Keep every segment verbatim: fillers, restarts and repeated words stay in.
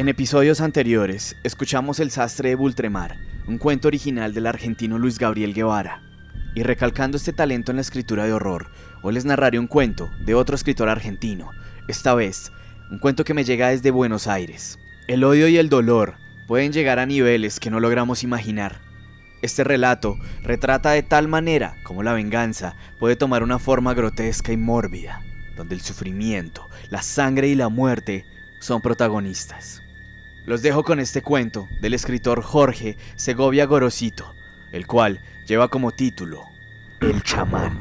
En episodios anteriores, escuchamos El sastre de Bultremar, un cuento original del argentino Luis Gabriel Guevara. Y recalcando este talento en la escritura de horror, hoy les narraré un cuento de otro escritor argentino, esta vez, un cuento que me llega desde Buenos Aires. El odio y el dolor pueden llegar a niveles que no logramos imaginar. Este relato retrata de tal manera como la venganza puede tomar una forma grotesca y mórbida, donde el sufrimiento, la sangre y la muerte son protagonistas. Los dejo con este cuento del escritor Jorge Segovia Gorosito, el cual lleva como título El chamán.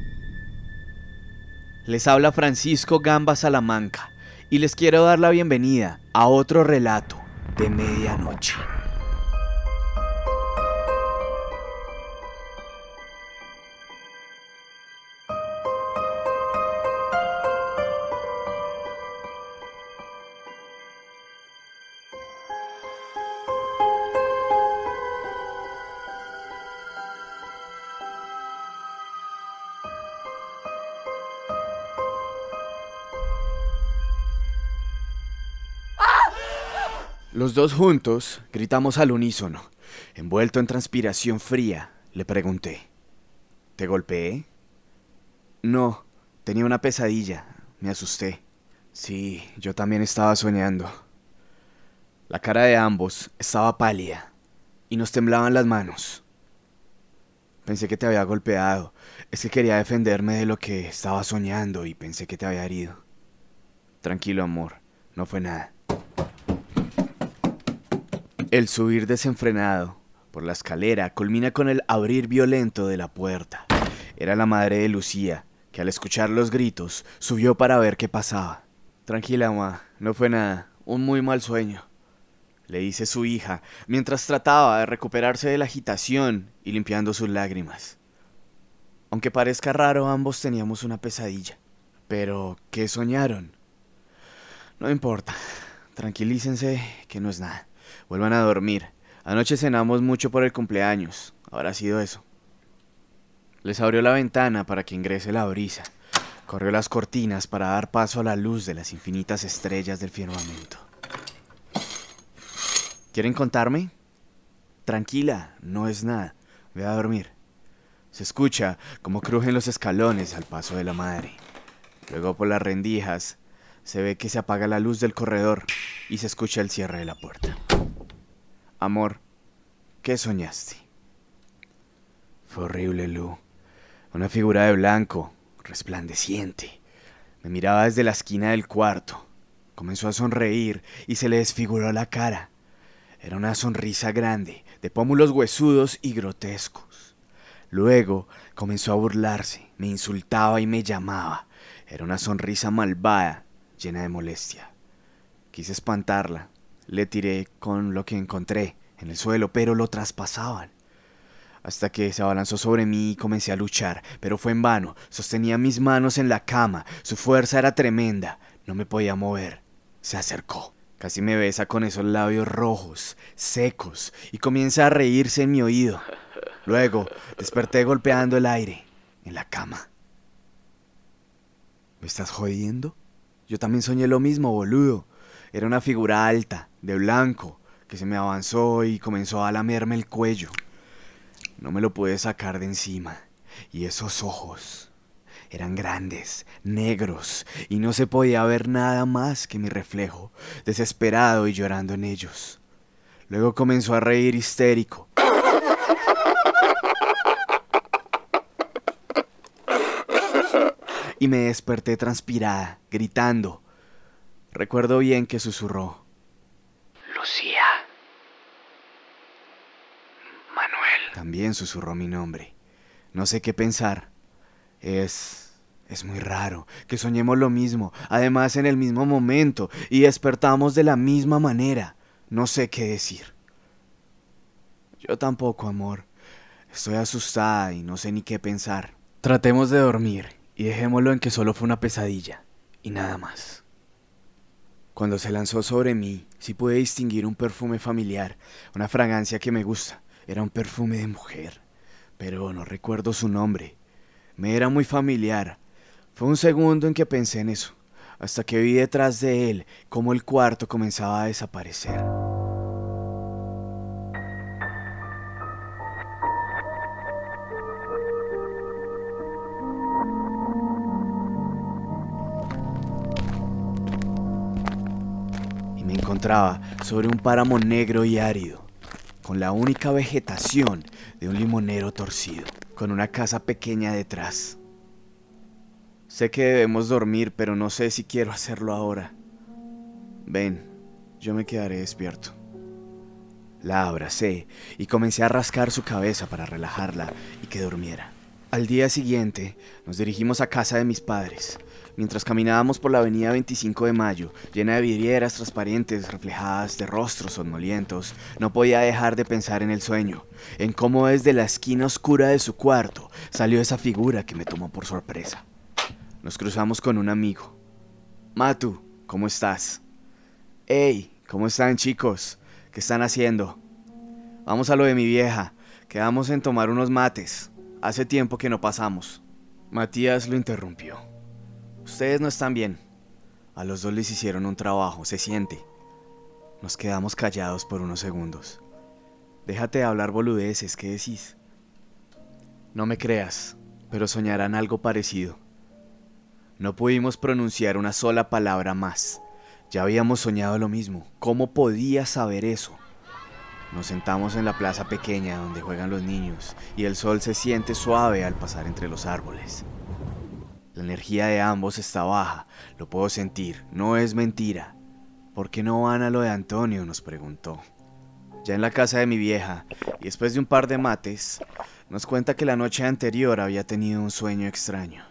Les habla Francisco Gamba Salamanca y les quiero dar la bienvenida a otro relato de medianoche. Los dos juntos gritamos al unísono. Envuelto en transpiración fría, le pregunté: ¿te golpeé? No, tenía una pesadilla, me asusté. Sí, yo también estaba soñando. La cara de ambos estaba pálida y nos temblaban las manos. Pensé que te había golpeado, es que quería defenderme de lo que estaba soñando y pensé que te había herido. Tranquilo, amor, no fue nada. El subir desenfrenado por la escalera culmina con el abrir violento de la puerta. Era la madre de Lucía, que al escuchar los gritos subió para ver qué pasaba. Tranquila, ma, no fue nada, un muy mal sueño, le dice su hija, mientras trataba de recuperarse de la agitación y limpiando sus lágrimas. Aunque parezca raro, ambos teníamos una pesadilla. Pero, ¿qué soñaron? No importa, tranquilícense que no es nada. Vuelvan a dormir. Anoche cenamos mucho por el cumpleaños. Habrá sido eso. Les abrió la ventana para que ingrese la brisa. Corrió las cortinas para dar paso a la luz de las infinitas estrellas del firmamento. ¿Quieren contarme? Tranquila, no es nada. Ve a dormir. Se escucha como crujen los escalones al paso de la madre. Luego por las rendijas se ve que se apaga la luz del corredor y se escucha el cierre de la puerta. Amor, ¿qué soñaste? Fue horrible, Lu. Una figura de blanco, resplandeciente. Me miraba desde la esquina del cuarto. Comenzó a sonreír y se le desfiguró la cara. Era una sonrisa grande, de pómulos huesudos y grotescos. Luego comenzó a burlarse, me insultaba y me llamaba. Era una sonrisa malvada, llena de molestia. Quise espantarla. Le tiré con lo que encontré en el suelo, pero lo traspasaban. Hasta que se abalanzó sobre mí y comencé a luchar, pero fue en vano. Sostenía mis manos en la cama, su fuerza era tremenda, no me podía mover. Se acercó, casi me besa con esos labios rojos, secos, y comienza a reírse en mi oído. Luego desperté golpeando el aire, en la cama. ¿Me estás jodiendo? Yo también soñé lo mismo, boludo. Era una figura alta, de blanco, que se me avanzó y comenzó a lamerme el cuello. No me lo pude sacar de encima. Y esos ojos eran grandes, negros, y no se podía ver nada más que mi reflejo, desesperado y llorando en ellos. Luego comenzó a reír histérico. Y me desperté transpirada, gritando. Recuerdo bien que susurró: Lucía. Manuel. También susurró mi nombre. No sé qué pensar. Es... es muy raro que soñemos lo mismo, además en el mismo momento, y despertamos de la misma manera. No sé qué decir. Yo tampoco, amor. Estoy asustada y no sé ni qué pensar. Tratemos de dormir y dejémoslo en que solo fue una pesadilla y nada más. Cuando se lanzó sobre mí, sí pude distinguir un perfume familiar, una fragancia que me gusta. Era un perfume de mujer, pero no recuerdo su nombre. Me era muy familiar. Fue un segundo en que pensé en eso. hasta que vi detrás de él cómo el cuarto comenzaba a desaparecer. Y me encontraba sobre un páramo negro y árido, con la única vegetación de un limonero torcido, con una casa pequeña detrás. Sé que debemos dormir, pero no sé si quiero hacerlo ahora. Ven, yo me quedaré despierto. La abracé y comencé a rascar su cabeza para relajarla y que durmiera. Al día siguiente, nos dirigimos a casa de mis padres. Mientras caminábamos por la avenida veinticinco de mayo, llena de vidrieras transparentes reflejadas de rostros somnolientos, no podía dejar de pensar en el sueño, en cómo desde la esquina oscura de su cuarto salió esa figura que me tomó por sorpresa. Nos cruzamos con un amigo. Matu, ¿cómo estás? Hey, ¿cómo están, chicos? ¿Qué están haciendo? Vamos a lo de mi vieja. Quedamos en tomar unos mates. Hace tiempo que no pasamos. Matías lo interrumpió. Ustedes no están bien. A los dos les hicieron un trabajo, se siente. Nos quedamos callados por unos segundos. Déjate de hablar boludeces, ¿qué decís? No me creas, pero soñarán algo parecido. No pudimos pronunciar una sola palabra más. Ya habíamos soñado lo mismo. ¿Cómo podía saber eso? Nos sentamos en la plaza pequeña donde juegan los niños y el sol se siente suave al pasar entre los árboles. La energía de ambos está baja, lo puedo sentir, no es mentira. ¿Por qué no van a lo de Antonio?, nos preguntó. Ya en la casa de mi vieja, y después de un par de mates, nos cuenta que la noche anterior había tenido un sueño extraño.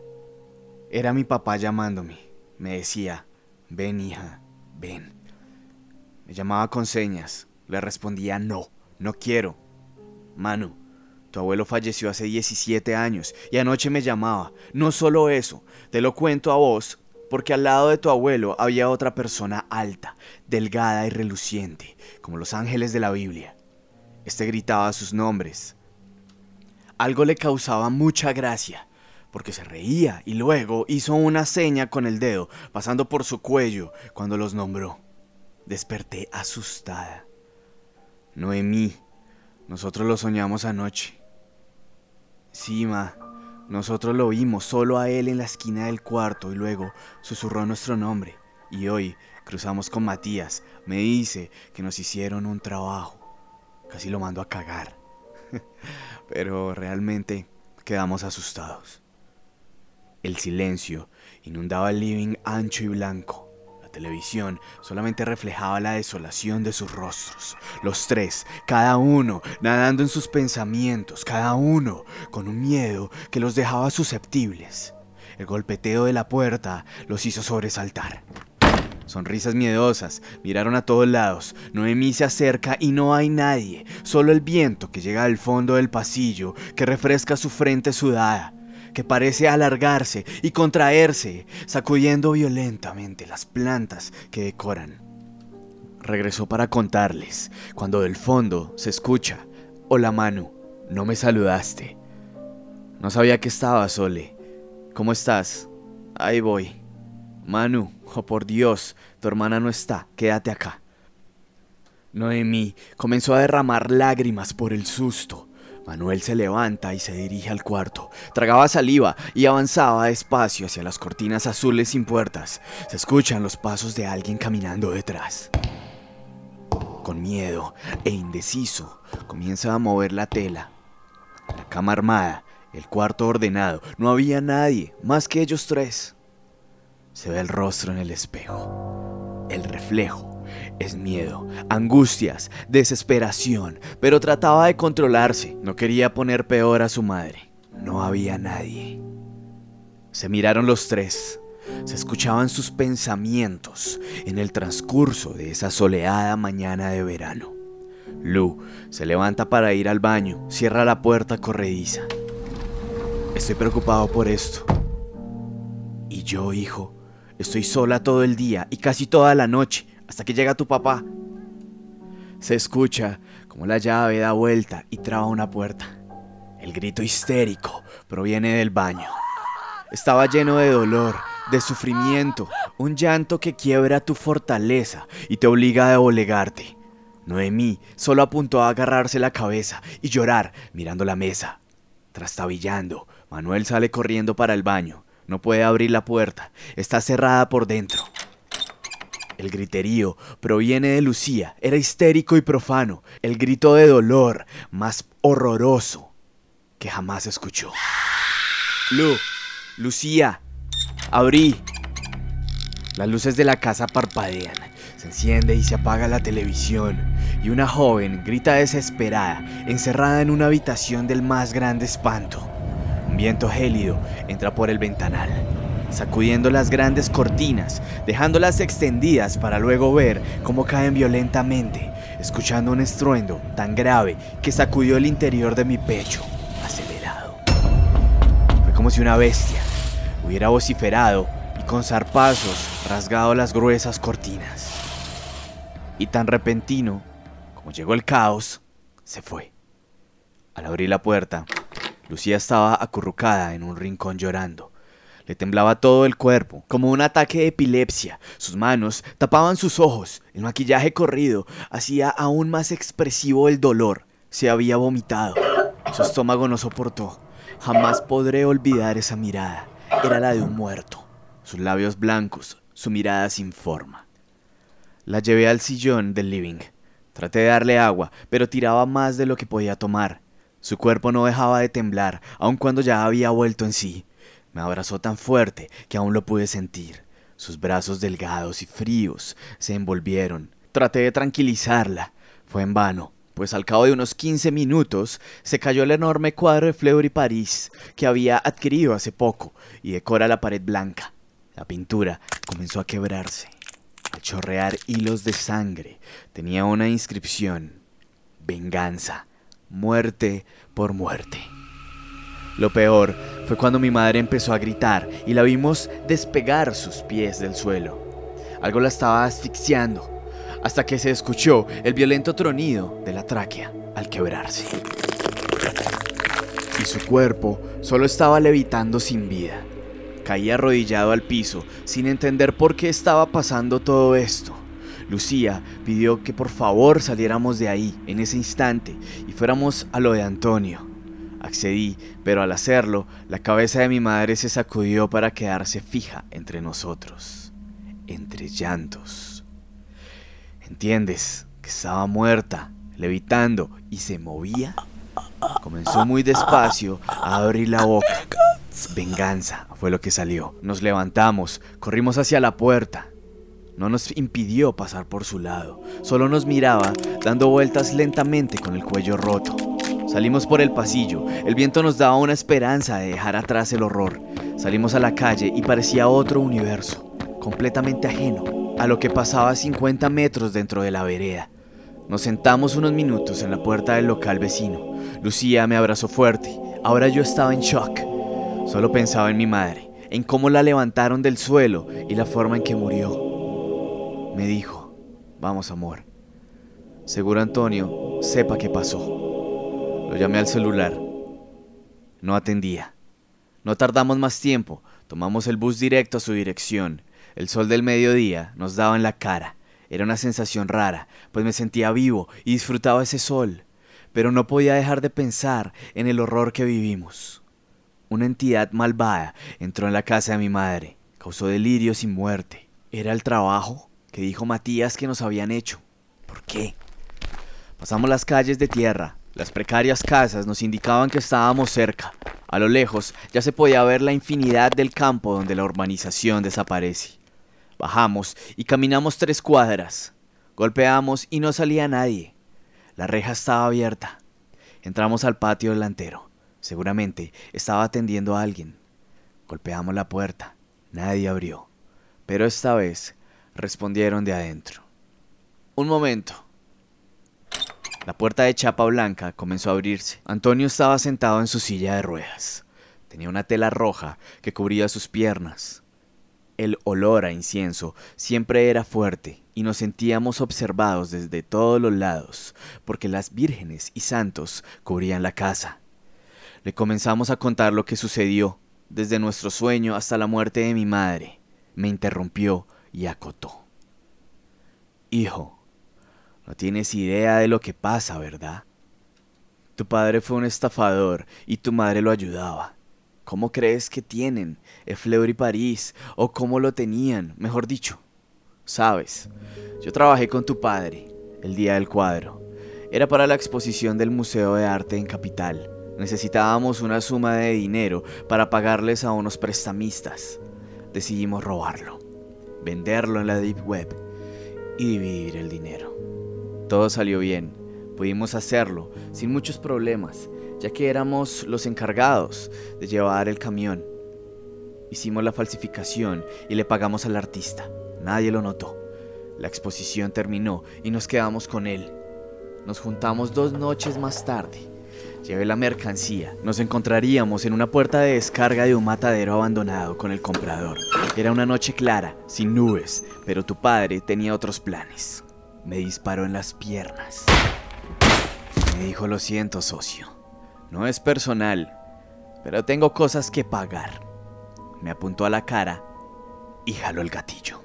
Era mi papá llamándome. Me decía, ven hija, ven. Me llamaba con señas. Le respondía no, no quiero. Manu, tu abuelo falleció hace diecisiete años y anoche me llamaba. No solo eso, te lo cuento a vos porque al lado de tu abuelo había otra persona alta, delgada y reluciente, como los ángeles de la Biblia. Este gritaba sus nombres. Algo le causaba mucha gracia, porque se reía y luego hizo una seña con el dedo, pasando por su cuello cuando los nombró. Desperté asustada. Noemí, nosotros lo soñamos anoche. Sí, ma, nosotros lo vimos solo a él en la esquina del cuarto y luego susurró nuestro nombre. Y hoy cruzamos con Matías, me dice que nos hicieron un trabajo. Casi lo mando a cagar. Pero realmente quedamos asustados. El silencio inundaba el living ancho y blanco. La televisión solamente reflejaba la desolación de sus rostros. Los tres, cada uno nadando en sus pensamientos, cada uno con un miedo que los dejaba susceptibles. El golpeteo de la puerta los hizo sobresaltar. Sonrisas miedosas, miraron a todos lados. Noemí se acerca y no hay nadie, solo el viento que llega al fondo del pasillo, que refresca su frente sudada, que parece alargarse y contraerse, sacudiendo violentamente las plantas que decoran. Regresó para contarles, cuando del fondo se escucha: hola Manu, no me saludaste. No sabía que estabas, Ole. ¿Cómo estás? Ahí voy. Manu, oh por Dios, tu hermana no está, quédate acá. Noemí comenzó a derramar lágrimas por el susto. Manuel se levanta y se dirige al cuarto. Tragaba saliva y avanzaba despacio hacia las cortinas azules sin puertas. Se escuchan los pasos de alguien caminando detrás. Con miedo e indeciso, comienza a mover la tela. La cama armada, el cuarto ordenado. No había nadie más que ellos tres. Se ve el rostro en el espejo. El reflejo es miedo, angustias, desesperación, pero trataba de controlarse. No quería poner peor a su madre. No había nadie. Se miraron los tres. Se escuchaban sus pensamientos en el transcurso de esa soleada mañana de verano. Lu se levanta para ir al baño, cierra la puerta corrediza. Estoy preocupado por esto. Y yo, hijo, estoy sola todo el día y casi toda la noche, hasta que llega tu papá. Se escucha como la llave da vuelta y traba una puerta. El grito histérico proviene del baño. Estaba lleno de dolor de sufrimiento, un llanto que quiebra tu fortaleza y te obliga a doblegarte. Noemí solo apuntó a agarrarse la cabeza y llorar mirando la mesa. Trastabillando, Manuel sale corriendo para el baño. No puede abrir la puerta, está cerrada por dentro. El griterío proviene de Lucía, era histérico y profano, el grito de dolor más horroroso que jamás escuchó. Lu, Lucía, abrí. Las luces de la casa parpadean, se enciende y se apaga la televisión, y una joven grita desesperada, encerrada en una habitación del más grande espanto. Un viento gélido entra por el ventanal, sacudiendo las grandes cortinas, dejándolas extendidas para luego ver cómo caen violentamente, escuchando un estruendo tan grave que sacudió el interior de mi pecho, acelerado. Fue como si una bestia hubiera vociferado y con zarpazos rasgado las gruesas cortinas. Y tan repentino como llegó el caos, se fue. Al abrir la puerta, Lucía estaba acurrucada en un rincón llorando. Le temblaba todo el cuerpo, como un ataque de epilepsia. Sus manos tapaban sus ojos. El maquillaje corrido hacía aún más expresivo el dolor. Se había vomitado. Su estómago no soportó. Jamás podré olvidar esa mirada. Era la de un muerto. Sus labios blancos, su mirada sin forma. La llevé al sillón del living. Traté de darle agua, pero tiraba más de lo que podía tomar. Su cuerpo no dejaba de temblar, aun cuando ya había vuelto en sí. Me abrazó tan fuerte que aún lo pude sentir. Sus brazos delgados y fríos se envolvieron. Traté de tranquilizarla. Fue en vano, pues al cabo de unos quince minutos se cayó el enorme cuadro de Fleury Paris que había adquirido hace poco y decora la pared blanca. La pintura comenzó a quebrarse, a chorrear hilos de sangre. Tenía una inscripción: venganza, muerte por muerte. Lo peor fue cuando mi madre empezó a gritar y la vimos despegar sus pies del suelo. Algo la estaba asfixiando, hasta que se escuchó el violento tronido de la tráquea al quebrarse. Y su cuerpo solo estaba levitando sin vida. Caí arrodillado al piso, sin entender por qué estaba pasando todo esto. Lucía pidió que por favor saliéramos de ahí en ese instante y fuéramos a lo de Antonio. Accedí, pero al hacerlo, la cabeza de mi madre se sacudió para quedarse fija entre nosotros, entre llantos. ¿Entiendes? Que estaba muerta, levitando y se movía. Comenzó muy despacio a abrir la boca. Venganza fue lo que salió. Nos levantamos, corrimos hacia la puerta. No nos impidió pasar por su lado, solo nos miraba dando vueltas lentamente con el cuello roto. Salimos por el pasillo, el viento nos daba una esperanza de dejar atrás el horror. Salimos a la calle y parecía otro universo, completamente ajeno a lo que pasaba a cincuenta metros dentro de la vereda. Nos sentamos unos minutos en la puerta del local vecino. Lucía me abrazó fuerte, ahora yo estaba en shock. Solo pensaba en mi madre, en cómo la levantaron del suelo y la forma en que murió. Me dijo: vamos, amor. Seguro Antonio sepa qué pasó. Lo llamé al celular. No atendía. No tardamos más tiempo. Tomamos el bus directo a su dirección. El sol del mediodía nos daba en la cara. Era una sensación rara, pues me sentía vivo y disfrutaba ese sol. Pero no podía dejar de pensar en el horror que vivimos. Una entidad malvada entró en la casa de mi madre. Causó delirios y muerte. ¿Era el trabajo que dijo Matías que nos habían hecho? ¿Por qué? Pasamos las calles de tierra. Las precarias casas nos indicaban que estábamos cerca. A lo lejos ya se podía ver la infinidad del campo donde la urbanización desaparece. Bajamos y caminamos tres cuadras. Golpeamos y no salía nadie. La reja estaba abierta. Entramos al patio delantero. Seguramente estaba atendiendo a alguien. Golpeamos la puerta. Nadie abrió. Pero esta vez respondieron de adentro. Un momento. La puerta de chapa blanca comenzó a abrirse. Antonio estaba sentado en su silla de ruedas. Tenía una tela roja que cubría sus piernas. El olor a incienso siempre era fuerte y nos sentíamos observados desde todos los lados, porque las vírgenes y santos cubrían la casa. Le comenzamos a contar lo que sucedió. desde nuestro sueño hasta la muerte de mi madre, me interrumpió y acotó. Hijo, no tienes idea de lo que pasa, ¿verdad? Tu padre fue un estafador y tu madre lo ayudaba. ¿Cómo crees que tienen el Fleury París? ¿O cómo lo tenían, mejor dicho? Sabes, yo trabajé con tu padre el día del cuadro. Era para la exposición del Museo de Arte en Capital. Necesitábamos una suma de dinero para pagarles a unos prestamistas. Decidimos robarlo, venderlo en la Deep Web y dividir el dinero. Todo salió bien. Pudimos hacerlo sin muchos problemas, ya que éramos los encargados de llevar el camión. Hicimos la falsificación y le pagamos al artista. Nadie lo notó. La exposición terminó y nos quedamos con él. Nos juntamos dos noches más tarde. Llevé la mercancía. Nos encontraríamos en una puerta de descarga de un matadero abandonado con el comprador. Era una noche clara, sin nubes, pero tu padre tenía otros planes. Me disparó en las piernas. Me dijo: lo siento, socio. No es personal, pero tengo cosas que pagar. Me apuntó a la cara y jaló el gatillo.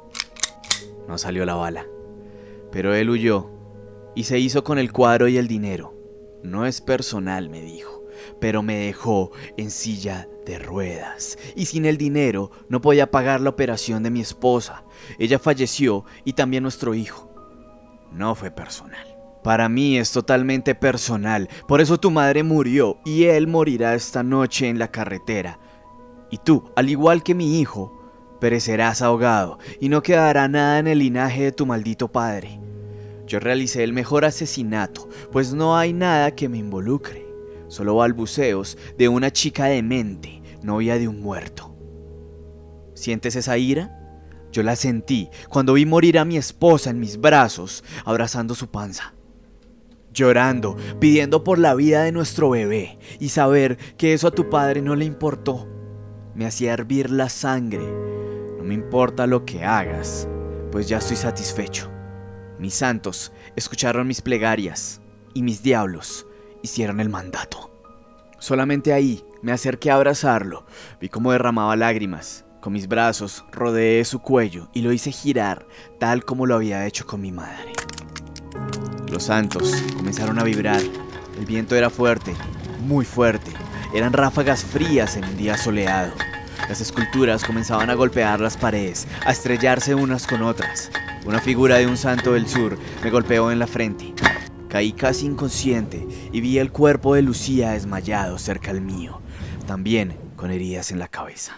No salió la bala, pero él huyó y se hizo con el cuadro y el dinero. No es personal, me dijo, pero me dejó en silla de ruedas. Y sin el dinero no podía pagar la operación de mi esposa. Ella falleció y también nuestro hijo. No fue personal. Para mí es totalmente personal. Por eso tu madre murió y él morirá esta noche en la carretera. Y tú, al igual que mi hijo, perecerás ahogado y no quedará nada en el linaje de tu maldito padre. Yo realicé el mejor asesinato, pues no hay nada que me involucre. Solo balbuceos de una chica demente, novia de un muerto. ¿Sientes esa ira? Yo la sentí cuando vi morir a mi esposa en mis brazos, abrazando su panza. Llorando, pidiendo por la vida de nuestro bebé, y saber que eso a tu padre no le importó. Me hacía hervir la sangre. No me importa lo que hagas, pues ya estoy satisfecho. Mis santos escucharon mis plegarias, y mis diablos hicieron el mandato. Solamente ahí me acerqué a abrazarlo. Vi cómo derramaba lágrimas. Con mis brazos rodeé su cuello y lo hice girar, tal como lo había hecho con mi madre. Los santos comenzaron a vibrar. El viento era fuerte, muy fuerte. Eran ráfagas frías en un día soleado. Las esculturas comenzaban a golpear las paredes, a estrellarse unas con otras. Una figura de un santo del sur me golpeó en la frente. Caí casi inconsciente y vi el cuerpo de Lucía desmayado cerca al mío, también con heridas en la cabeza.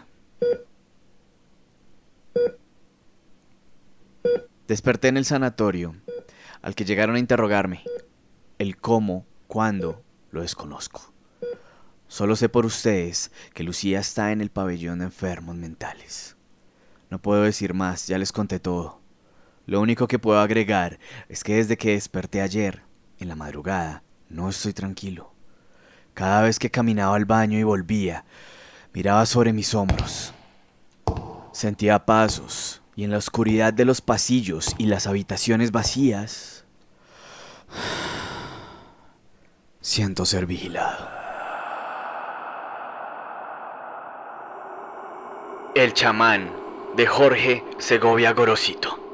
Desperté en el sanatorio, al que llegaron a interrogarme. El cómo, cuándo, lo desconozco. Solo sé por ustedes que Lucía está en el pabellón de enfermos mentales. No puedo decir más, ya les conté todo. Lo único que puedo agregar es que desde que desperté ayer, en la madrugada, no estoy tranquilo. Cada vez que caminaba al baño y volvía, miraba sobre mis hombros. Sentía pasos, y en la oscuridad de los pasillos y las habitaciones vacías, siento ser vigilado. El chamán, de Jorge Segovia Gorosito.